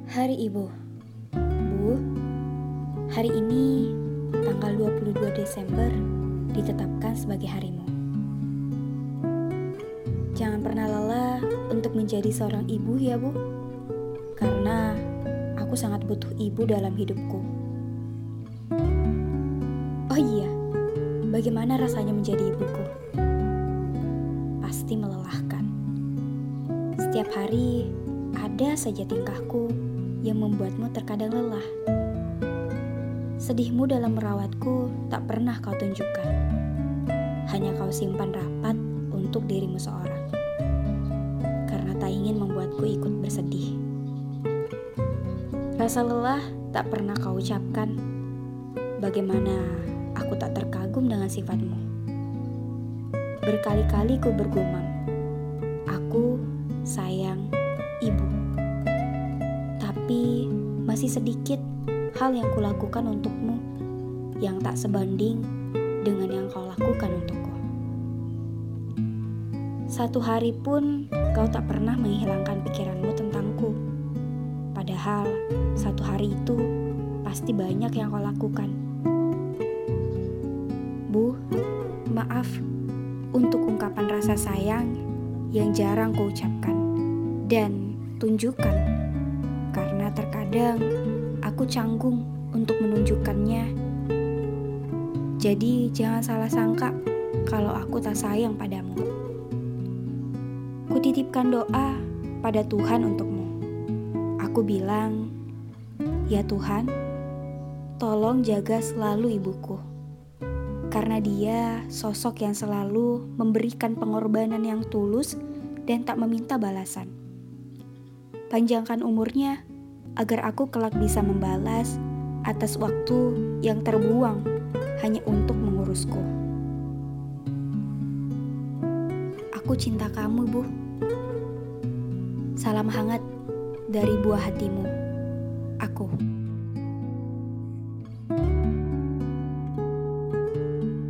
Hari Ibu. Bu, hari ini tanggal 22 Desember ditetapkan sebagai harimu. Jangan pernah lelah untuk menjadi seorang ibu ya, Bu. Karena aku sangat butuh ibu dalam hidupku. Oh iya, bagaimana rasanya menjadi ibuku? Pasti melelahkan. Setiap hari ada saja tingkahku yang membuatmu terkadang lelah. Sedihmu dalam merawatku tak pernah kau tunjukkan. Hanya kau simpan rapat untuk dirimu seorang. Karena tak ingin membuatku ikut bersedih. Rasa lelah tak pernah kau ucapkan. Bagaimana aku tak terkagum dengan sifatmu. Berkali-kali ku bergumam, aku sayang ibu. Tapi masih sedikit hal yang kulakukan untukmu yang tak sebanding dengan yang kau lakukan untukku. Satu hari pun kau tak pernah menghilangkan pikiranmu tentangku. Padahal satu hari itu pasti banyak yang kau lakukan. Bu, maaf untuk ungkapan rasa sayang yang jarang kau ucapkan dan tunjukkan. Karena terkadang aku canggung untuk menunjukkannya. Jadi jangan salah sangka kalau aku tak sayang padamu. Kutitipkan doa pada Tuhan untukmu. Aku bilang, ya Tuhan, tolong jaga selalu ibuku. Karena dia sosok yang selalu memberikan pengorbanan yang tulus dan tak meminta balasan. Panjangkan umurnya agar aku kelak bisa membalas atas waktu yang terbuang hanya untuk mengurusku. Aku cinta kamu, Bu. Salam hangat dari buah hatimu, aku.